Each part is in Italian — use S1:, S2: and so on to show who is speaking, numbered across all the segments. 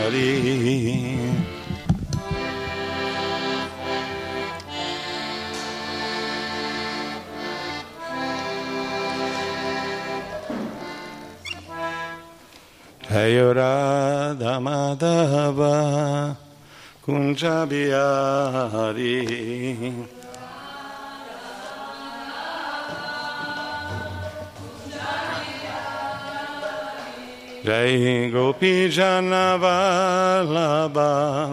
S1: Jai Radha Madhava Kunja Bihari Jai Gopi Jana Vallabha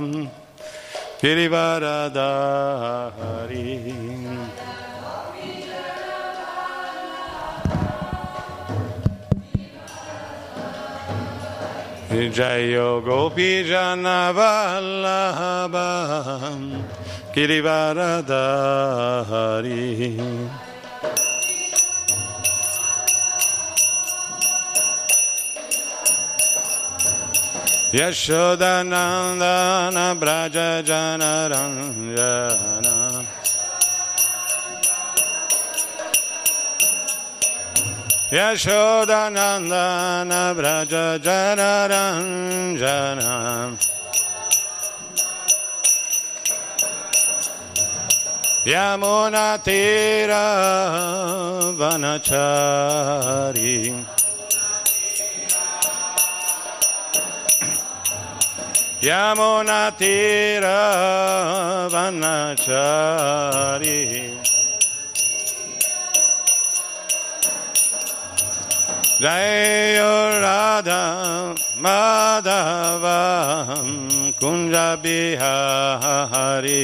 S1: Girivaradhari Jayo Gopi Jana Vallabha Girivaradhari Yashodanandana Braja Janaranjana Yashodanandana Braja Janaranjana Yamuna Tira Vanachari Yamuna Tira Vanachari Jayo Radha Madhava Kunja Bihari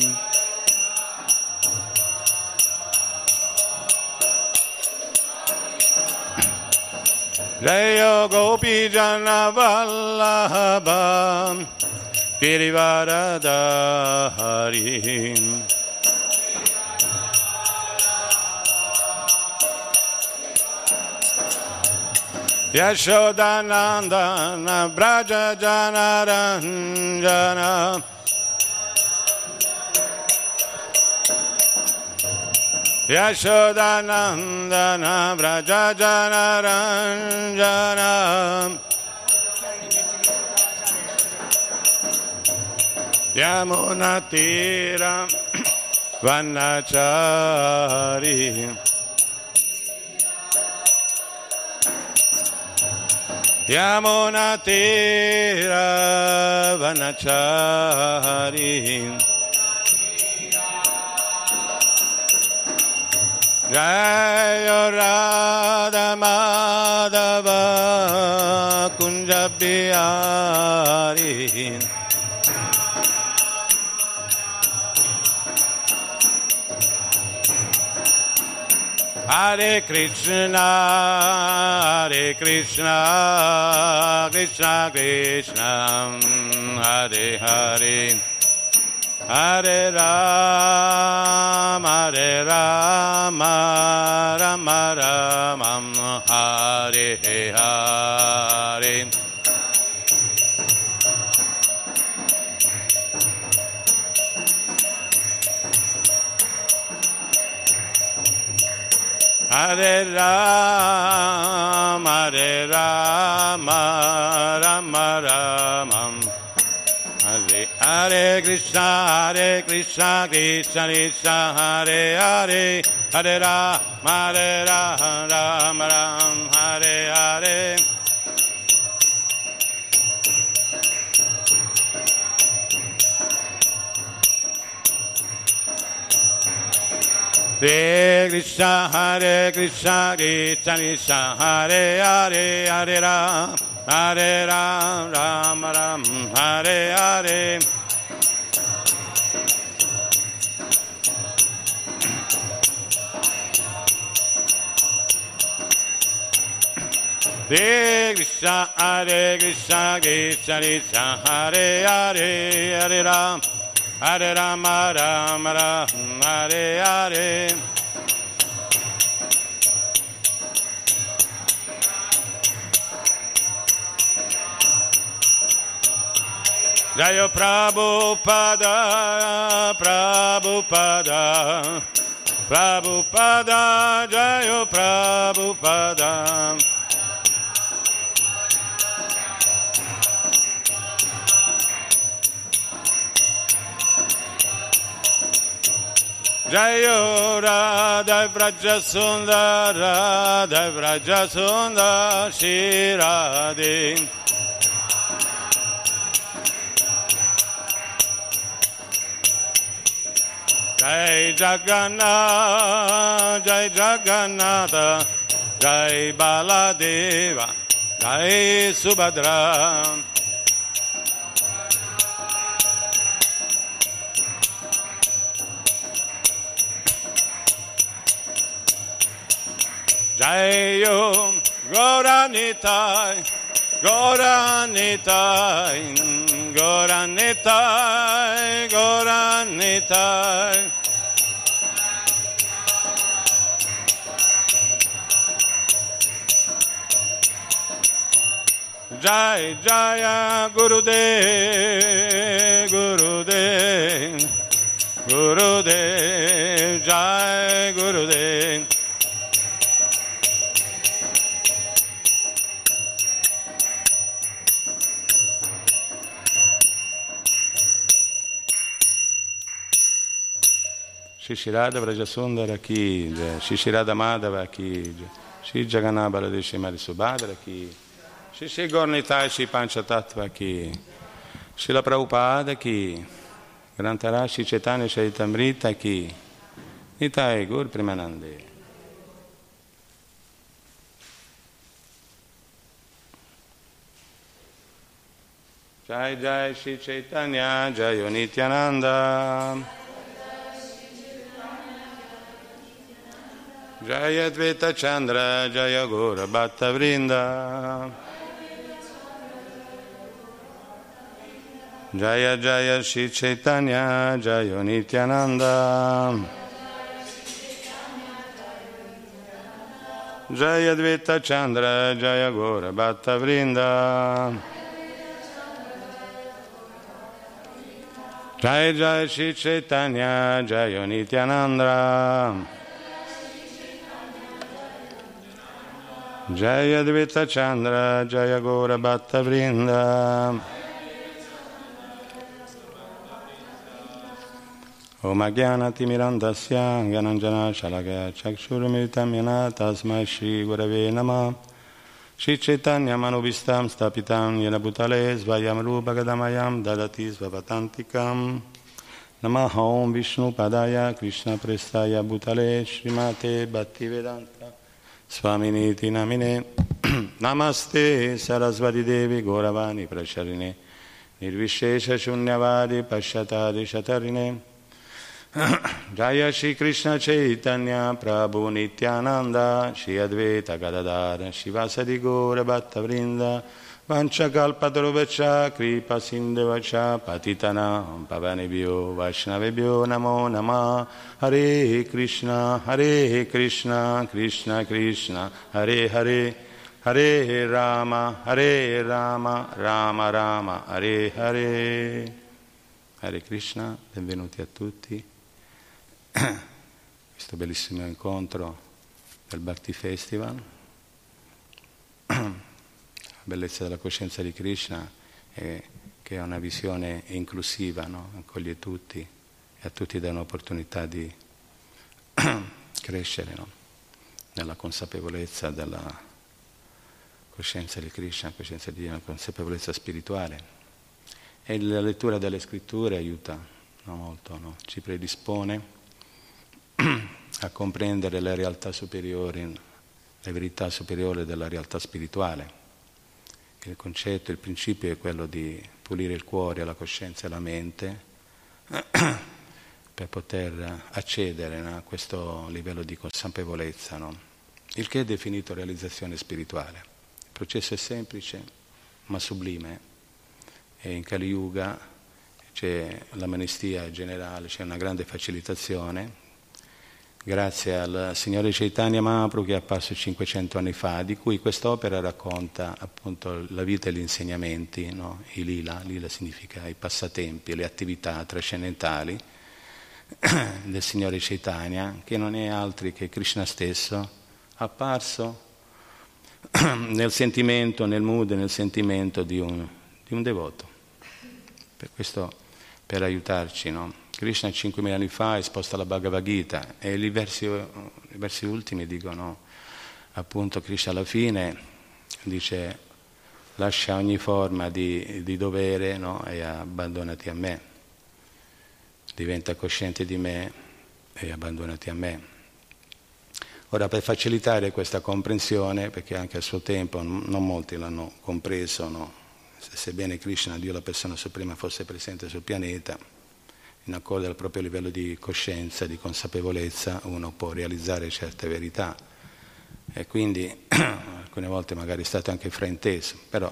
S1: Jayo Gopi Jana Vallabha Girivaradhari Yashodanandana Braja Janaranjana Yashodanandana Braja Janaranjana Yamuna Tira Vanachari Yamuna Tira Vanachari Jaya Radha Madhava Kunja Bihari Hare Krishna, Krishna Krishna, Hare Hare, Hare Rama, Rama Rama, Hare Hare. Hare Rama, Rama Rama, Hare Hare Krishna, Krishna Krishna, Hare Hare, Hare Rama, Rama Rama, Hare Hare. Hare Krishna, Krishna Krishna, Hare Hare, Hare Rama, Rama Rama, Hare Hare. Hare Krishna, Krishna Krishna, Hare Hare, Hare Rama, Rama Rama, Hare Hare. Jaya Prabhupada, Prabhupada, Prabhupada, Jaya Prabhupada. Jayo Radha Vraja Sundara Radha Vraja Sundara Shri Radhe. Jai Jagannath, Jai Jagannatha, Jai Baladeva, Jai Subhadra. Jai Yo Gauranitai, Gauranitai, Gauranitai, Gauranitai. Jai Jaya Gurudev, Gurudev, Gurudev, Jai Gurudev. Shri Radha Vrajasundara ki jai, Shri Radha Madhava ki jai, Shri Jagannath Baladev Shri Subhadra ki, Shri Gornitai Shri Panchatattva ki, Srila Prabhupada ki, Grantara Shri Chaitanya Charitamrita ki, Nitai Gur Premanande. Jai Jai Shri Chaitanya Jai Nityananda. Jaya Advaita Chandra, Jaya Gora Bhatta Vrinda. Jaya Jaya Shri Chaitanya, Jaya Nityananda. Jaya Advaita Chandra, Jaya Gora Bhatta Vrinda. Jaya Jaya Shri Chaitanya, Jaya Nityananda. Jaya Advaita Chandra, Jaya Gora Bhatta Vrinda. Om Agyanati Mirandasya Gyananjana Shalakaya Chakshurumiritam Yana Tasmai Shri Gurave Namah. Shri Chaitanya Manubhistam Stapitam Yena Bhutale Svayam Rupa Gadamayam Dadati Svavatantikam. Namah Om Vishnu Padaya Krishna Prestaya Bhutale Srimate Bhaktivedanta Swaminiti Namine. Namaste Sarasvati Devi Gauravani Pracharine Nirvishesha Shunyavadi Pashatadi Shatarine. Jaya Shri Krishna Chaitanya Prabhu Nityananda Shri Advaita Gadadara Shivasadi Gaura Bhatta Vrinda Vanchakalpatarubhacha Kripa Sindhuvacha Patitana Pavanebhyo Vaishnavebhyo Namo Namah. Hare Krishna Krishna Krishna Hare Hare Hare Rama Rama Rama Hare Hare. Hare Krishna, benvenuti a tutti. Questo bellissimo incontro del Bhakti Festival. La bellezza della coscienza di Krishna è che è una visione inclusiva, no? Accoglie tutti e a tutti dà un'opportunità di crescere, no? Nella consapevolezza della coscienza di Krishna, coscienza di una consapevolezza spirituale. E la lettura delle scritture aiuta, no, molto, no? Ci predispone a comprendere le realtà superiori, le verità superiori della realtà spirituale. Il concetto, il principio è quello di pulire il cuore, la coscienza e la mente per poter accedere, no, a questo livello di consapevolezza, no? Il che è definito realizzazione spirituale. Il processo è semplice ma sublime. E in Kali Yuga c'è l'amnistia generale, c'è una grande facilitazione grazie al Signore Chaitanya Mahaprabhu che è apparso 500 anni fa, di cui quest'opera racconta appunto la vita e gli insegnamenti, no? I lila significa i passatempi, le attività trascendentali del Signore Chaitanya, che non è altri che Krishna stesso, apparso nel sentimento, nel mood, nel sentimento di un devoto. Per questo, per aiutarci, no? Krishna 5.000 anni fa ha esposto la Bhagavad Gita e i versi ultimi dicono, appunto, Krishna alla fine dice: lascia ogni forma di dovere, no? E abbandonati a me, diventa cosciente di me e abbandonati a me. Ora, per facilitare questa comprensione, perché anche a suo tempo non molti l'hanno compreso, no? Sebbene Krishna, Dio la persona suprema, fosse presente sul pianeta, in accordo al proprio livello di coscienza, di consapevolezza, uno può realizzare certe verità. E quindi alcune volte magari è stato anche frainteso, però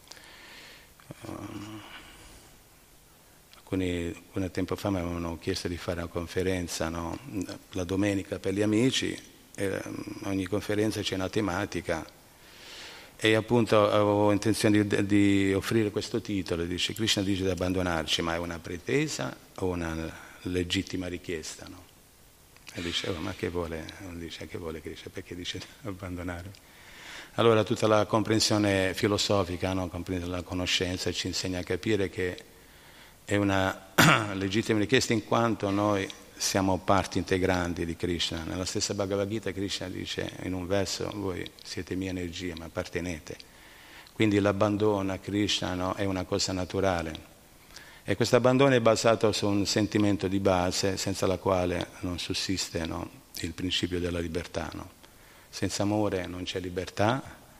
S1: alcune tempo fa mi avevano chiesto di fare una conferenza, no? La domenica per gli amici, e ogni conferenza c'è una tematica e appunto avevo intenzione di offrire questo titolo, dice: Krishna dice di abbandonarci, ma è una pretesa o una legittima richiesta, no? E dicevo: ma che vuole? Dice: che vuole Krishna? Perché dice di abbandonarmi? Allora tutta la comprensione filosofica, no? La conoscenza ci insegna a capire che è una legittima richiesta, in quanto noi siamo parti integranti di Krishna. Nella stessa Bhagavad Gita Krishna dice in un verso: voi siete mia energia, ma appartenete. Quindi l'abbandono a Krishna, no? È una cosa naturale. E questo abbandono è basato su un sentimento di base senza la quale non sussiste, no? Il principio della libertà, no? Senza amore non c'è libertà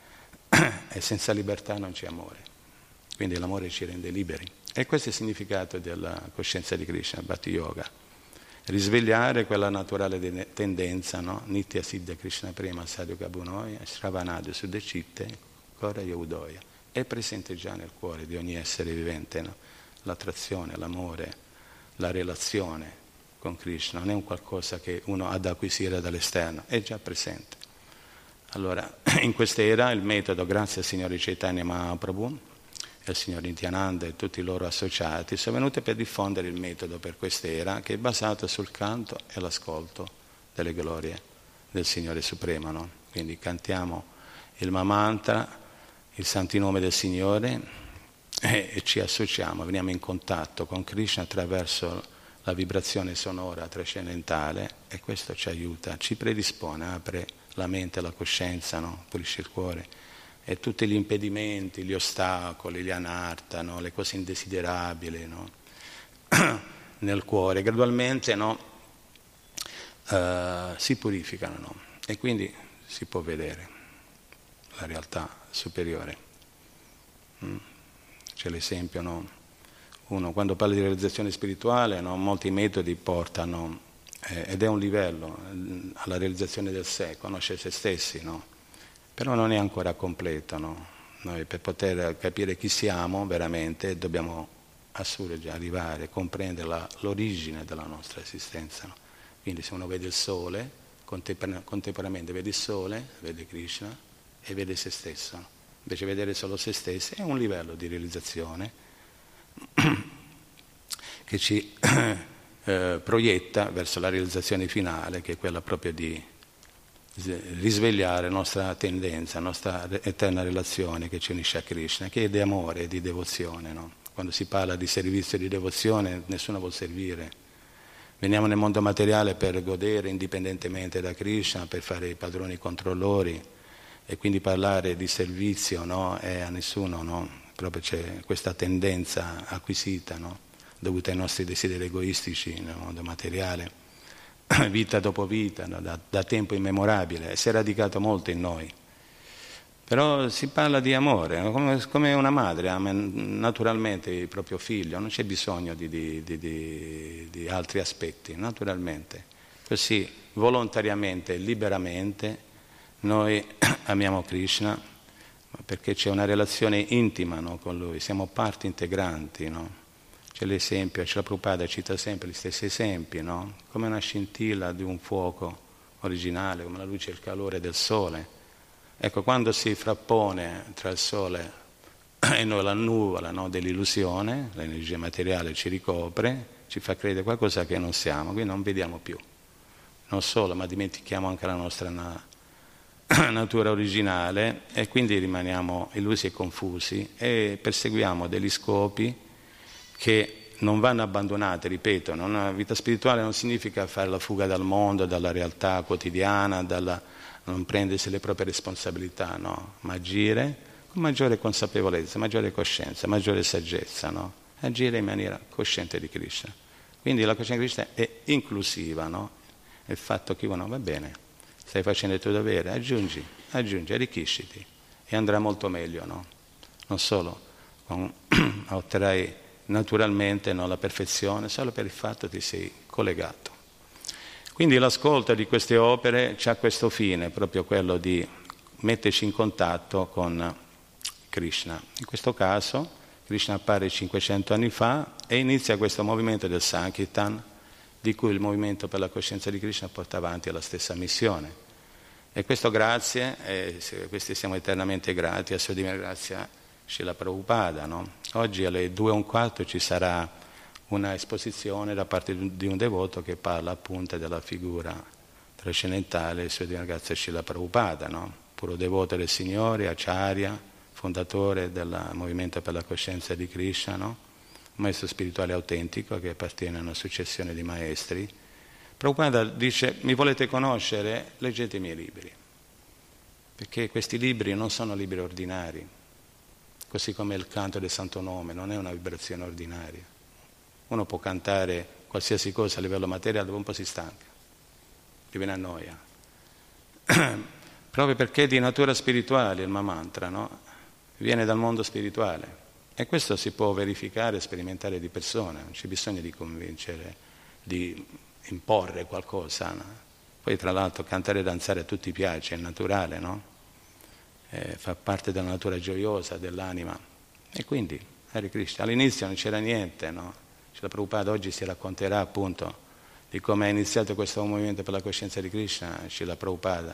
S1: e senza libertà non c'è amore. Quindi l'amore ci rende liberi. E questo è il significato della coscienza di Krishna, Bhakti Yoga. Risvegliare quella naturale tendenza, no? Nitya Siddha Krishna Prema Sadhuka Bhunoya Shravanadu Suddecitte Kora Yaudoya. È presente già nel cuore di ogni essere vivente, no? L'attrazione, l'amore, la relazione con Krishna non è un qualcosa che uno ha da acquisire dall'esterno, è già presente. Allora, in quest'era il metodo, grazie al Signore Chaitanya Mahaprabhu e al Signore Nityananda e tutti i loro associati, sono venuti per diffondere il metodo per quest'era, che è basato sul canto e l'ascolto delle glorie del Signore Supremo, no? Quindi cantiamo il Mahamantra, il santo nome del Signore, e ci associamo, veniamo in contatto con Krishna attraverso la vibrazione sonora trascendentale, e questo ci aiuta, ci predispone, apre la mente, la coscienza, no? Pulisce il cuore, e tutti gli impedimenti, gli ostacoli, gli anarta, no? Le cose indesiderabili, no? Nel cuore gradualmente, no? Si purificano, no? E quindi si può vedere la realtà superiore. C'è l'esempio, no? Uno quando parla di realizzazione spirituale, no? Molti metodi portano, ed è un livello, alla realizzazione del sé, conoscere se stessi, no? Però non è ancora completo, no? Noi per poter capire chi siamo veramente dobbiamo assurgere, arrivare, comprendere l'origine della nostra esistenza, no? Quindi se uno vede il sole, contemporaneamente vede il sole, vede Krishna e vede se stesso, no? Invece vedere solo se stessi è un livello di realizzazione che ci proietta verso la realizzazione finale, che è quella proprio di risvegliare la nostra tendenza, la nostra eterna relazione che ci unisce a Krishna, che è di amore e di devozione, no? Quando si parla di servizio e di devozione, nessuno vuol servire. Veniamo nel mondo materiale per godere indipendentemente da Krishna, per fare i padroni controllori, e quindi parlare di servizio, no? E a nessuno, no? Proprio c'è questa tendenza acquisita, no? Dovuta ai nostri desideri egoistici nel mondo materiale, vita dopo vita, no? da tempo immemorabile, e si è radicato molto in noi. Però si parla di amore, no? Come una madre ama naturalmente il proprio figlio, non c'è bisogno di altri aspetti, naturalmente. Così, volontariamente, liberamente, noi amiamo Krishna perché c'è una relazione intima, no, con Lui, siamo parti integranti, no? C'è l'esempio, Srila Prabhupada cita sempre gli stessi esempi, no? Come una scintilla di un fuoco originale, come la luce e il calore del sole. Ecco, quando si frappone tra il sole e noi la nuvola, no, dell'illusione, l'energia materiale ci ricopre, ci fa credere qualcosa che non siamo, quindi non vediamo più. Non solo, ma dimentichiamo anche la nostra natura originale, e quindi rimaniamo illusi e confusi e perseguiamo degli scopi che non vanno abbandonate, ripeto, una vita spirituale non significa fare la fuga dal mondo, dalla realtà quotidiana, non prendersi le proprie responsabilità, no? Ma agire con maggiore consapevolezza, maggiore coscienza, maggiore saggezza, no? Agire in maniera cosciente di Krishna. Quindi la coscienza di Krishna è inclusiva, no? Il fatto che uno va bene, stai facendo il tuo dovere, aggiungi, arricchisciti e andrà molto meglio, no? Non solo otterrai naturalmente, no, la perfezione, solo per il fatto che ti sei collegato. Quindi l'ascolto di queste opere ha questo fine, proprio quello di metterci in contatto con Krishna. In questo caso Krishna appare 500 anni fa e inizia questo movimento del Sankirtan, di cui il movimento per la coscienza di Krishna porta avanti la stessa missione. E questo grazie, questi siamo eternamente grati, a Sua Divina Grazia Srila Prabhupada, no? Oggi alle 2:15 ci sarà una esposizione da parte di un devoto che parla appunto della figura trascendentale Sua Divina Grazia Srila Prabhupada, no? Puro devoto del Signore, acharya, fondatore del movimento per la coscienza di Krishna, no? Maestro spirituale autentico che appartiene a una successione di maestri. Prabhupada dice: mi volete conoscere? Leggete i miei libri, perché questi libri non sono libri ordinari, così come il canto del Santo Nome non è una vibrazione ordinaria. Uno può cantare qualsiasi cosa a livello materiale, dopo un po' si stanca, ti viene a noia. Proprio perché è di natura spirituale il Mahamantra, no? Viene dal mondo spirituale. E questo si può verificare e sperimentare di persona, non c'è bisogno di convincere, di imporre qualcosa, no? Poi tra l'altro cantare e danzare a tutti piace, è naturale, no? Fa parte della natura gioiosa dell'anima. E quindi, Hare Krishna, all'inizio non c'era niente, no? Srila Prabhupada oggi si racconterà appunto di come è iniziato questo movimento per la coscienza di Krishna, Srila Prabhupada,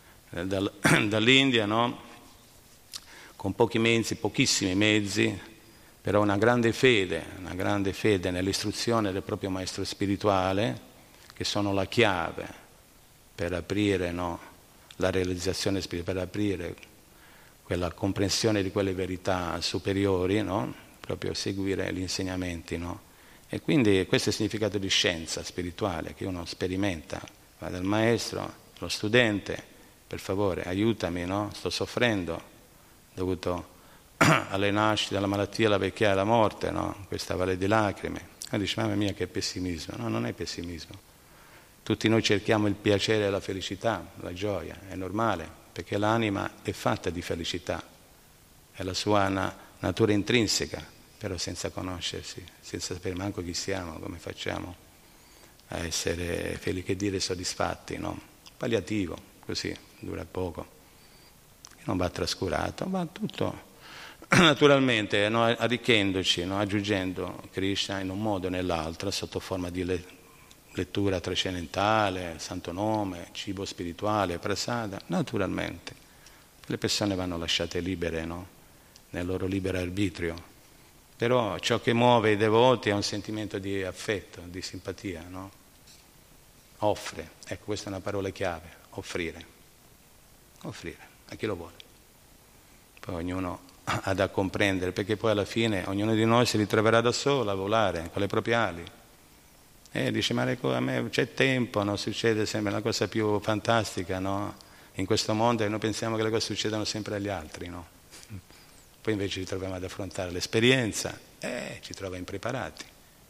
S1: dall'India, no? Con pochi mezzi, pochissimi mezzi, però una grande fede nell'istruzione del proprio maestro spirituale, che sono la chiave per aprire, no, la realizzazione spirituale, per aprire quella comprensione di quelle verità superiori, no? Proprio seguire gli insegnamenti, no? E quindi questo è il significato di scienza spirituale, che uno sperimenta, va dal maestro, lo studente, per favore aiutami, no? Sto soffrendo, dovuto alle nascite, alla malattia, alla vecchiaia, alla morte, no? Questa valle di lacrime. E dice: mamma mia, che pessimismo. No, non è pessimismo. Tutti noi cerchiamo il piacere e la felicità, la gioia, è normale, perché l'anima è fatta di felicità, è la sua natura intrinseca, però senza conoscersi, senza sapere manco chi siamo, come facciamo a essere felici, che dire soddisfatti, no? Palliativo, così, dura poco, non va trascurato, va tutto naturalmente, no? Arricchendoci, no? Aggiungendo Krishna in un modo o nell'altro, sotto forma di lettura trascendentale, santo nome, cibo spirituale, prasada, naturalmente. Le persone vanno lasciate libere, no? Nel loro libero arbitrio. Però ciò che muove i devoti è un sentimento di affetto, di simpatia, no? Offre, ecco, questa è una parola chiave, offrire a chi lo vuole. Poi ognuno ha da comprendere, perché poi alla fine ognuno di noi si ritroverà da solo a volare con le proprie ali. E dice: ma a me c'è tempo, no? Succede sempre la cosa più fantastica, no? In questo mondo, e noi pensiamo che le cose succedano sempre agli altri, no? Poi invece ci troviamo ad affrontare l'esperienza e ci trova impreparati.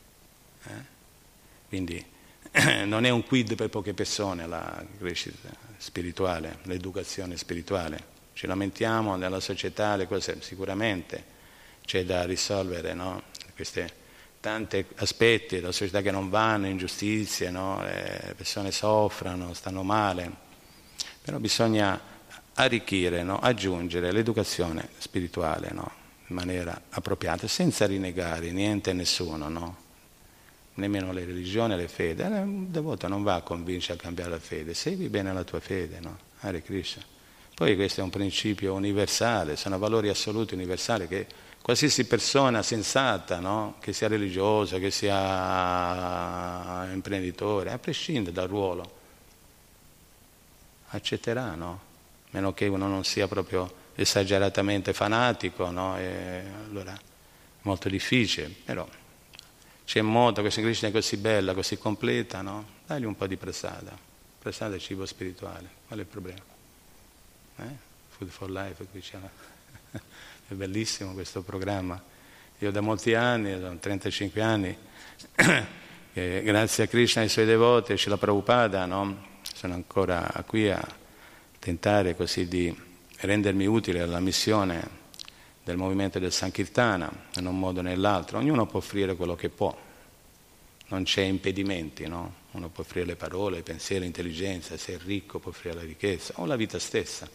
S1: Quindi non è un quid per poche persone la crescita spirituale, l'educazione spirituale. Ci lamentiamo nella società, le cose sicuramente c'è da risolvere, no? Questi tanti aspetti della società che non vanno, ingiustizie, no? Le persone soffrono, stanno male, però bisogna arricchire, no? Aggiungere l'educazione spirituale, no? In maniera appropriata, senza rinnegare niente e nessuno, no? Nemmeno le religioni, le fedi. Un devoto non va a convincere a cambiare la fede, segui bene la tua fede, no? Hare Krishna. Poi questo è un principio universale, sono valori assoluti universali che qualsiasi persona sensata, no? Che sia religiosa, che sia imprenditore, a prescindere dal ruolo, accetterà, no? Meno che uno non sia proprio esageratamente fanatico, no? E allora è molto difficile, però c'è modo, questa Krishna è così bella, così completa, no? Dagli un po' di prasada. Prasada è cibo spirituale, qual è il problema? Food for Life, qui c'è è bellissimo questo programma. Io da molti anni, da 35 anni, che grazie a Krishna e ai suoi devoti, Srila Prabhupada, no? Sono ancora qui a tentare così di rendermi utile alla missione del movimento del Sankirtana, in un modo o nell'altro. Ognuno può offrire quello che può, non c'è impedimenti, no? Uno può offrire le parole, i pensieri, l'intelligenza, se è ricco può offrire la ricchezza, o la vita stessa.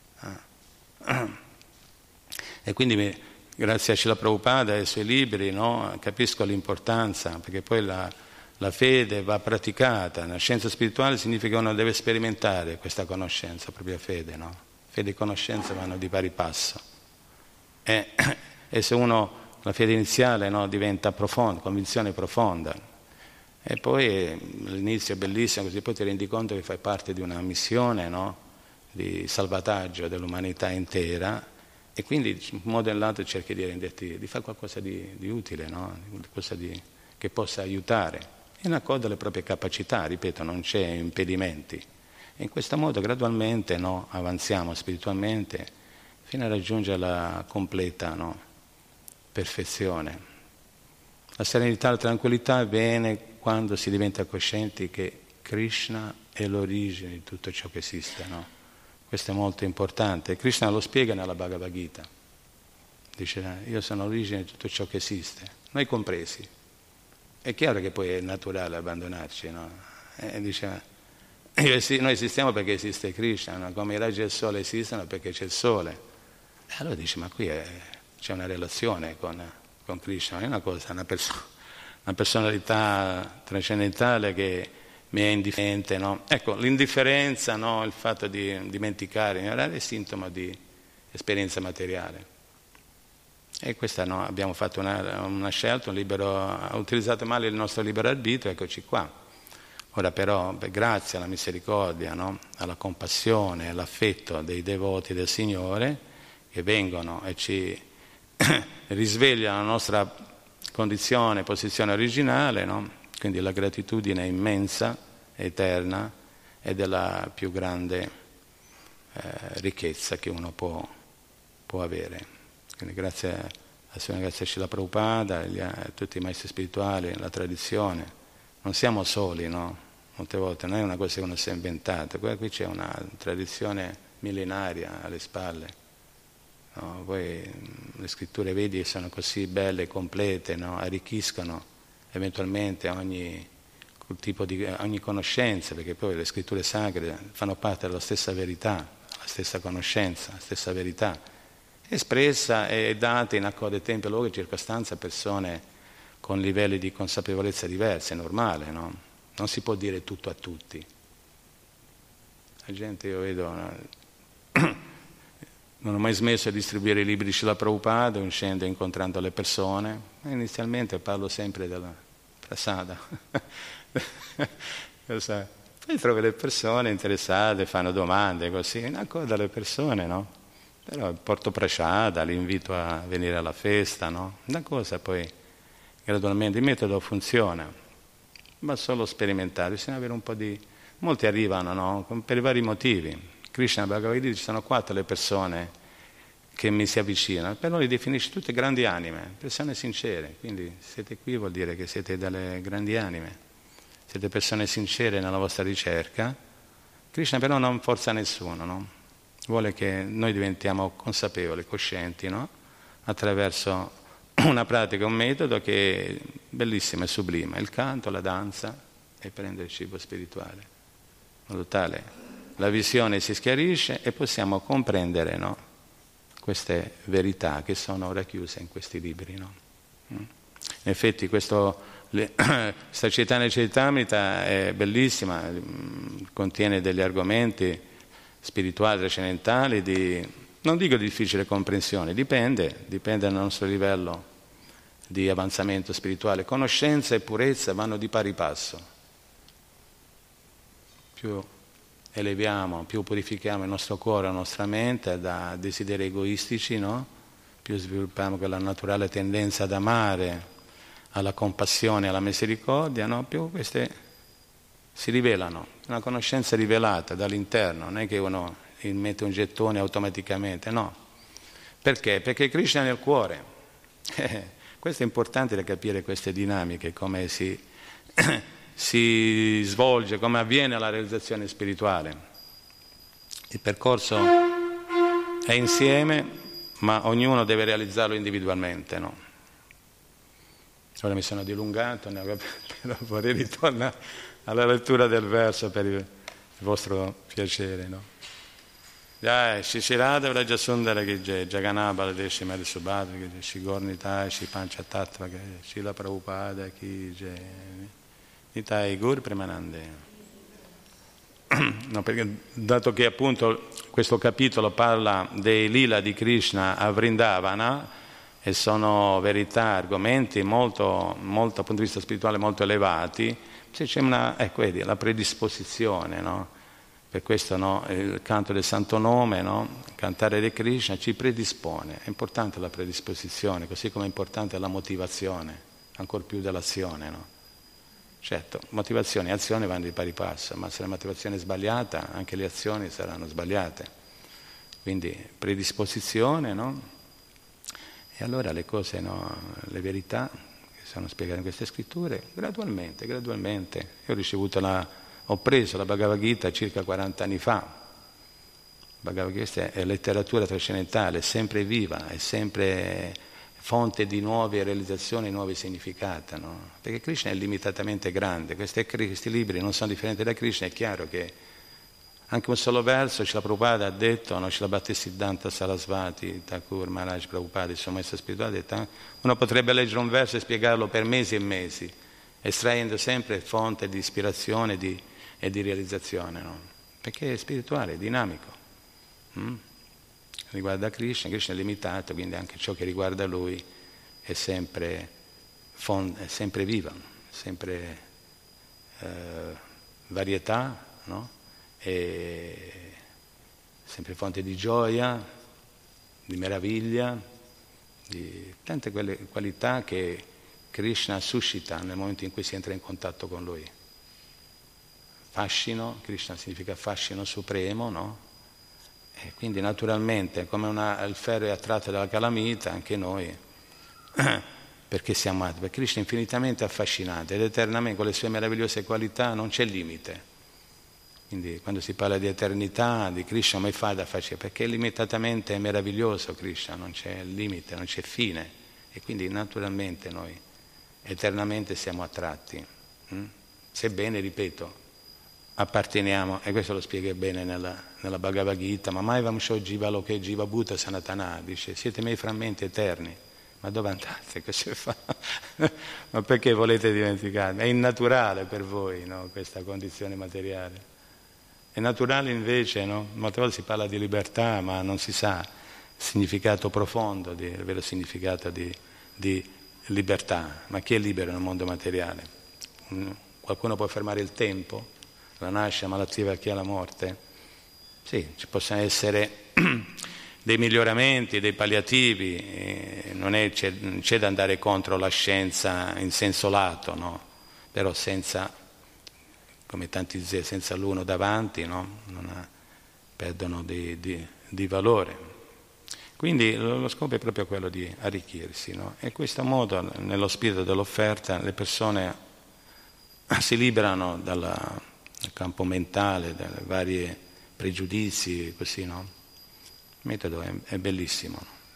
S1: E quindi grazie a Srila Prabhupada e ai suoi libri, no? Capisco l'importanza, perché poi la fede va praticata. La scienza spirituale significa che uno deve sperimentare questa conoscenza, la propria fede, no? Fede e conoscenza vanno di pari passo. E se uno, la fede iniziale, no, diventa profonda, convinzione profonda, e poi l'inizio è bellissimo, così poi ti rendi conto che fai parte di una missione, no, di salvataggio dell'umanità intera, e quindi in un modo o nell'altro cerchi di renderti, di fare qualcosa di utile, no? Qualcosa che possa aiutare, in accordo alle proprie capacità, ripeto, non c'è impedimenti. E in questo modo gradualmente, no, avanziamo spiritualmente fino a raggiungere la completa, no, perfezione. La serenità e la tranquillità avviene quando si diventa coscienti che Krishna è l'origine di tutto ciò che esiste, no? Questo è molto importante. Krishna lo spiega nella Bhagavad Gita. Dice, io sono l'origine di tutto ciò che esiste, noi compresi. È chiaro che poi è naturale abbandonarci, no? Dice, noi esistiamo perché esiste Krishna, no? Come i raggi del sole esistono perché c'è il sole. E allora dice, ma qui c'è una relazione con Krishna, non è una cosa, una personalità trascendentale che mi è indifferente, no? Ecco, l'indifferenza, no? Il fatto di dimenticare, ignorare è sintomo di esperienza materiale. E questa, no, abbiamo fatto una scelta, ha utilizzato male il nostro libero arbitrio, eccoci qua. Ora però, grazie alla misericordia, no? Alla compassione, all'affetto dei devoti del Signore, che vengono e ci risvegliano la nostra condizione, posizione originale, no? Quindi la gratitudine immensa, eterna, è della più grande ricchezza che uno può avere. Quindi grazie a Srila Prabhupada, a tutti i maestri spirituali, la tradizione, non siamo soli, no? Molte volte non è una cosa che uno si è inventato, qui c'è una tradizione millenaria alle spalle. No, poi le scritture vedi sono così belle, complete, no? Arricchiscono eventualmente ogni conoscenza, perché poi le scritture sacre fanno parte della stessa verità, la stessa conoscenza, la stessa verità, espressa e data in accordo ai tempi, luoghi e circostanze a persone con livelli di consapevolezza diversi, è normale, no? Non si può dire tutto a tutti. La gente, io vedo, non ho mai smesso di distribuire i libri di Srila Prabhupada, uscendo e incontrando le persone. E inizialmente parlo sempre della prasada. Poi trovo le persone interessate, fanno domande così, in accordo alle persone, no? Però porto prasada, li invito a venire alla festa, no? Una cosa poi gradualmente, il metodo funziona, ma solo sperimentare, bisogna avere un po' di... Molti arrivano, no? Per vari motivi. Krishna Bhagavad Gita ci sono 4 le persone che mi si avvicinano, però li definisce tutte grandi anime, persone sincere, quindi siete qui vuol dire che siete delle grandi anime, siete persone sincere nella vostra ricerca. Krishna però non forza nessuno, no? Vuole che noi diventiamo consapevoli, coscienti, no? Attraverso una pratica, un metodo che è bellissimo e sublime, il canto, la danza e prendere il cibo spirituale, in modo tale la visione si schiarisce e possiamo comprendere, no, queste verità che sono racchiuse in questi libri, no? In effetti questa Chaitanya Charitamrita è bellissima, contiene degli argomenti spirituali trascendentali non dico di difficile comprensione, dipende dal nostro livello di avanzamento spirituale. Conoscenza e purezza vanno di pari passo. Più eleviamo, più purifichiamo il nostro cuore, la nostra mente da desideri egoistici, no? Più sviluppiamo quella naturale tendenza ad amare, alla compassione, alla misericordia, no? Più queste si rivelano, una conoscenza rivelata dall'interno, non è che uno mette un gettone automaticamente, no. Perché? Perché Krishna è nel cuore. Questo è importante da capire, queste dinamiche, come si svolge, come avviene la realizzazione spirituale. Il percorso è insieme, ma ognuno deve realizzarlo individualmente, no? Ora mi sono dilungato, però vorrei ritornare alla lettura del verso per il vostro piacere, no? Jai, Shishirada Vrajasundara Ki Jai, Jaganabala Deshi Mari Subhadra Ki Jai, Shigornitai, Shipanchatattva Ki Jai, Shila Prabhupada Ki Jai, Nitai Gur Premanande. No, perché dato che appunto questo capitolo parla dei lila di Krishna a Vrindavana e sono verità, argomenti molto, molto, dal punto di vista spirituale molto elevati, se c'è una, vedi, la predisposizione, no? Per questo, no, il canto del Santo Nome, no? Cantare di Krishna ci predispone, è importante la predisposizione, così come è importante la motivazione, ancor più dell'azione, no? Certo, motivazione e azione vanno di pari passo, ma se la motivazione è sbagliata, anche le azioni saranno sbagliate. Quindi predisposizione, no? E allora le cose, no, le verità che sono spiegate in queste scritture, gradualmente. Io ho preso la Bhagavad Gita circa 40 anni fa. Bhagavad Gita è letteratura trascendentale, è sempre viva, è sempre fonte di nuove realizzazioni, nuovi significati, no? Perché Krishna è limitatamente grande, questi libri non sono differenti da Krishna, è chiaro che anche un solo verso, Srila Prabhupada ha detto, no? Srila Bhaktisiddhanta Sarasvati, Thakur Maharaj Prabhupada, il suo maestro spirituale, ha detto, uno potrebbe leggere un verso e spiegarlo per mesi e mesi, estraendo sempre fonte di ispirazione e di realizzazione, no? Perché è spirituale, è dinamico. Riguarda Krishna è limitato, quindi anche ciò che riguarda lui è sempre viva, sempre varietà, no? È sempre fonte di gioia, di meraviglia, di tante quelle qualità che Krishna suscita nel momento in cui si entra in contatto con lui. Fascino, Krishna significa fascino supremo, no? E quindi naturalmente, come il ferro è attratto dalla calamita, anche noi, perché siamo amati, perché Krishna è infinitamente affascinante ed eternamente, con le sue meravigliose qualità, non c'è limite. Quindi quando si parla di eternità, di Krishna, mai fa da facile, perché limitatamente è meraviglioso Krishna, non c'è limite, non c'è fine. E quindi naturalmente noi eternamente siamo attratti. Sebbene, ripeto, apparteniamo, e questo lo spiega bene nella Bhagavad Gita, ma mai vamsho jiva loke jiva bhuta sanatana, dice, siete miei frammenti eterni, ma dove andate? Cosa fa? Ma perché volete dimenticarmi? È innaturale per voi, no, questa condizione materiale. È naturale invece, no? Molte volte si parla di libertà, ma non si sa il significato profondo, il vero significato di libertà. Ma chi è libero nel mondo materiale? Qualcuno può fermare il tempo? La nascita, la malattia, chi ha la morte? Sì, ci possono essere dei miglioramenti, dei palliativi, c'è da andare contro la scienza in senso lato, no? Però senza, come tanti dicono, senza l'uno davanti, no? Perdono di valore. Quindi lo scopo è proprio quello di arricchirsi, no? E in questo modo, nello spirito dell'offerta, le persone si liberano dal campo mentale, dai vari pregiudizi, così, no? Il metodo è bellissimo.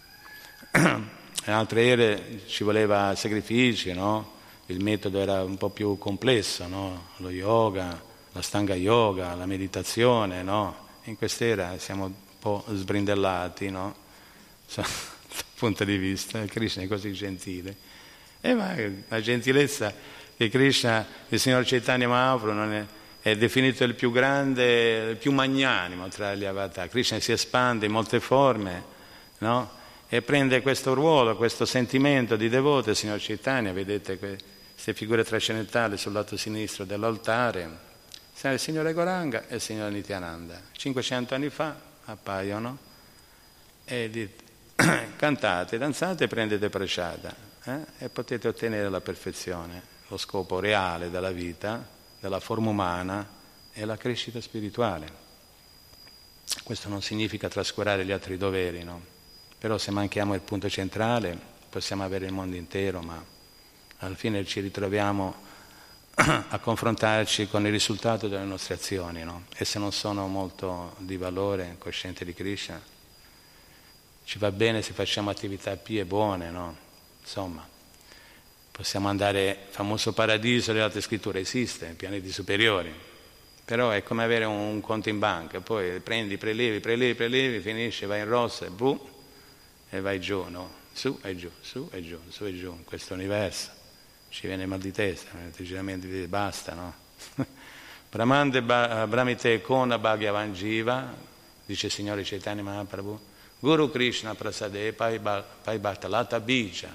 S1: In altre ere ci voleva sacrifici, no? Il metodo era un po' più complesso, no? Lo yoga, l'Astanga yoga, la meditazione, no? In quest'era siamo un po' sbrindellati, no? Dal punto di vista, Krishna è così gentile. Ma la gentilezza che Krishna, il Signor Chaitanya Mahaprabhu, è definito il più grande, il più magnanimo tra gli avatar. Krishna si espande in molte forme, no? E prende questo ruolo, questo sentimento di devoto. Il Signor Chaitanya, vedete queste figure trascendentali sul lato sinistro dell'altare, il Signore Gauranga e il Signore Nityananda. 500 anni fa appaiono e dite, cantate, danzate e prendete prasada. e potete ottenere la perfezione. Lo scopo reale della vita, della forma umana, è la crescita spirituale. Questo non significa trascurare gli altri doveri, no? Però se manchiamo il punto centrale possiamo avere il mondo intero, ma alla fine ci ritroviamo a confrontarci con il risultato delle nostre azioni, no? E se non sono molto di valore, cosciente di Krishna, ci va bene se facciamo attività pie buone, no? Insomma, possiamo andare, famoso paradiso, le altre scritture esiste, pianeti superiori, però è come avere un conto in banca, poi prendi, prelevi, finisce, vai in rosso e vai giù, no? Su e giù, su e giù, su e giù, in questo universo. Ci viene mal di testa, giramente basta, no? Brahmande Brahmite Kona Bhagavan Jiva, dice il Signore Chaitanya Mahaprabhu, Guru Krishna Prasade Pai Bhattalata Bija.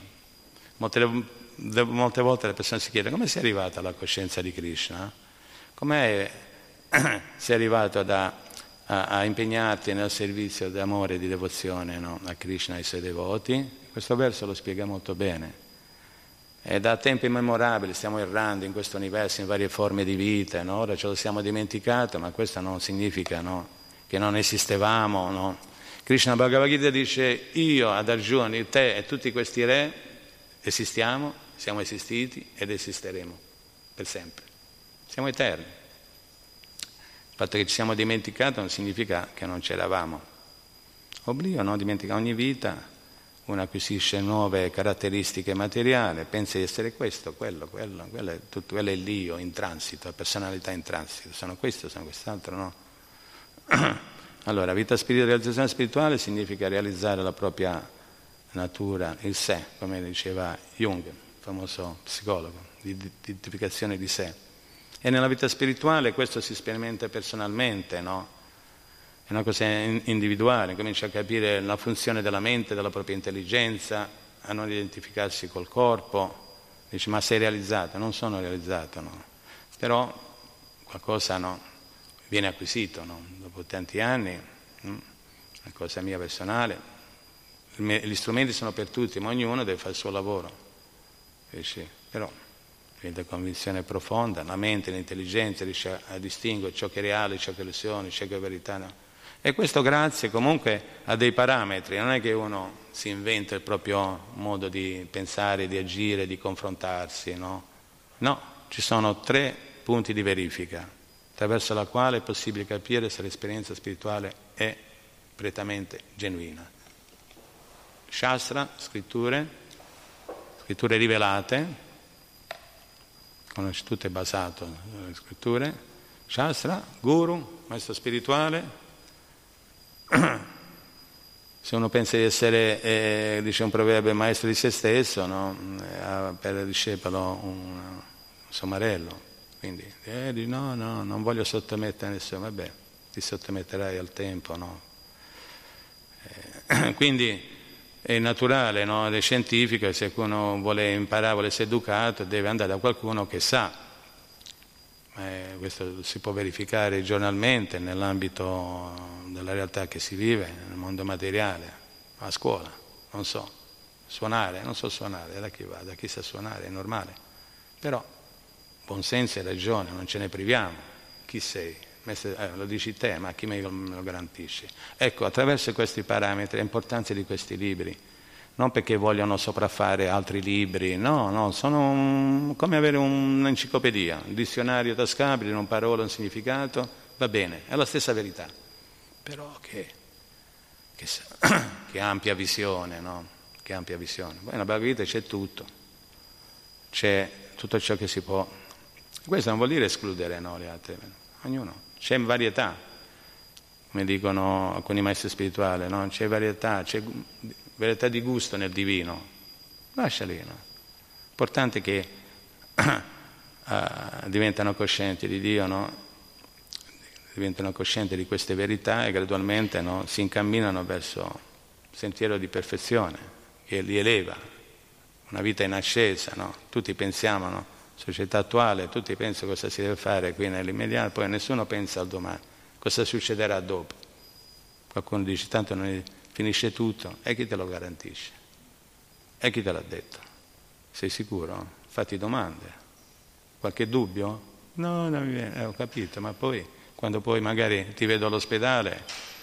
S1: Molte volte le persone si chiedono come sei arrivata alla coscienza di Krishna? Come sei arrivato a impegnarti nel servizio di amore e di devozione, no? A Krishna e ai suoi devoti? Questo verso lo spiega molto bene. E da tempi immemorabili stiamo errando in questo universo in varie forme di vita, no? Ora ce lo siamo dimenticato, ma questo non significa, no? Che non esistevamo, no? Krishna Bhagavad Gita dice: io ad Arjuna, te e tutti questi re esistiamo, siamo esistiti ed esisteremo per sempre. Siamo eterni. Il fatto che ci siamo dimenticati non significa che non c'eravamo. Oblio, no? Dimentica ogni vita. Uno acquisisce nuove caratteristiche materiali, pensa di essere questo, quello è tutto, quello è l'io in transito, la personalità in transito, sono questo, sono quest'altro, no? Allora, realizzazione spirituale significa realizzare la propria natura, il sé, come diceva Jung, il famoso psicologo, di identificazione di sé. E nella vita spirituale questo si sperimenta personalmente, no? È una cosa individuale, comincia a capire la funzione della mente, della propria intelligenza, a non identificarsi col corpo. Dice: ma sei realizzato? Non sono realizzato, no. Però qualcosa, no, viene acquisito, no? Dopo tanti anni, una cosa mia personale. Gli strumenti sono per tutti, ma ognuno deve fare il suo lavoro. Però diventa convinzione profonda, la mente, l'intelligenza riesce a distinguere ciò che è reale, ciò che è illusione, ciò che è verità, no? E questo grazie comunque a dei parametri, non è che uno si inventa il proprio modo di pensare, di agire, di confrontarsi, no? No, ci sono 3 punti di verifica attraverso la quale è possibile capire se l'esperienza spirituale è prettamente genuina. Shastra, scritture rivelate, tutto è basato sulle scritture, Shastra, Guru, maestro spirituale. Se uno pensa di essere, dice un proverbio, maestro di se stesso, no? Ha per il discepolo un somarello, quindi no, non voglio sottomettere nessuno, vabbè, ti sottometterai al tempo, no? Quindi è naturale, no? È scientifico, se uno vuole imparare, vuole essere educato, deve andare da qualcuno che sa. Questo si può verificare giornalmente nell'ambito della realtà che si vive, nel mondo materiale, a scuola, non so suonare, da chi va, da chi sa suonare, è normale. Però buon senso e ragione, non ce ne priviamo. Chi sei? Lo dici te, ma chi me lo garantisce? Ecco, attraverso questi parametri, l'importanza di questi libri, non perché vogliono sopraffare altri libri, no, sono come avere un'enciclopedia, un dizionario tascabile, non parole, un significato, va bene, è la stessa verità, però che ampia visione, no? Che ampia visione. Poi nella Bhagavad Gita c'è tutto ciò che si può. Questo non vuol dire escludere, no, le altre, ognuno, c'è varietà, come dicono alcuni maestri spirituali, no? C'è varietà di gusto nel divino, lascia lì, no? L'importante è che diventano coscienti di Dio, no? Diventano coscienti di queste verità e gradualmente, no, si incamminano verso il sentiero di perfezione che li eleva, una vita in ascesa, no? Tutti pensiamo, no? Società attuale, tutti pensano cosa si deve fare qui nell'immediato, poi nessuno pensa al domani, cosa succederà dopo. Qualcuno dice: tanto non finisce tutto, e chi te lo garantisce? E chi te l'ha detto? Sei sicuro? Fatti domande. Qualche dubbio? No, non mi viene, ho capito, ma poi, quando poi magari ti vedo all'ospedale,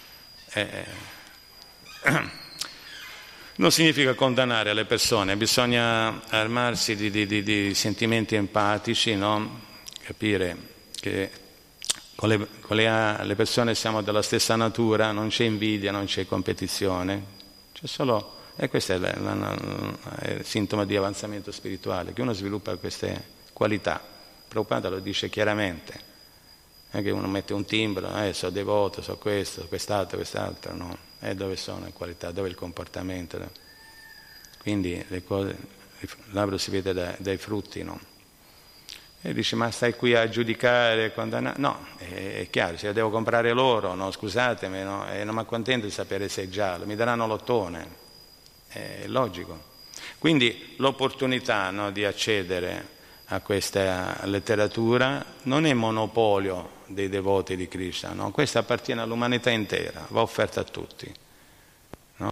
S1: non significa condannare le persone, bisogna armarsi di sentimenti empatici, no? Capire che con le persone siamo della stessa natura, non c'è invidia, non c'è competizione, c'è solo... E questo è il sintomo di avanzamento spirituale, che uno sviluppa queste qualità. Prabhupada lo dice chiaramente, non è che uno mette un timbro, sono devoto, so questo, quest'altro, no. Dove sono le qualità, dove è il comportamento. Quindi le cose, l'albero si vede dai frutti, no? E dice, ma stai qui a giudicare, condannare? No, è chiaro, se io devo comprare l'oro, no, scusatemi, no, e non mi accontento di sapere se è giallo, mi daranno l'ottone. È logico. Quindi l'opportunità, no, di accedere a questa letteratura non è monopolio dei devoti di Krishna, no? Questa appartiene all'umanità intera, va offerta a tutti. No?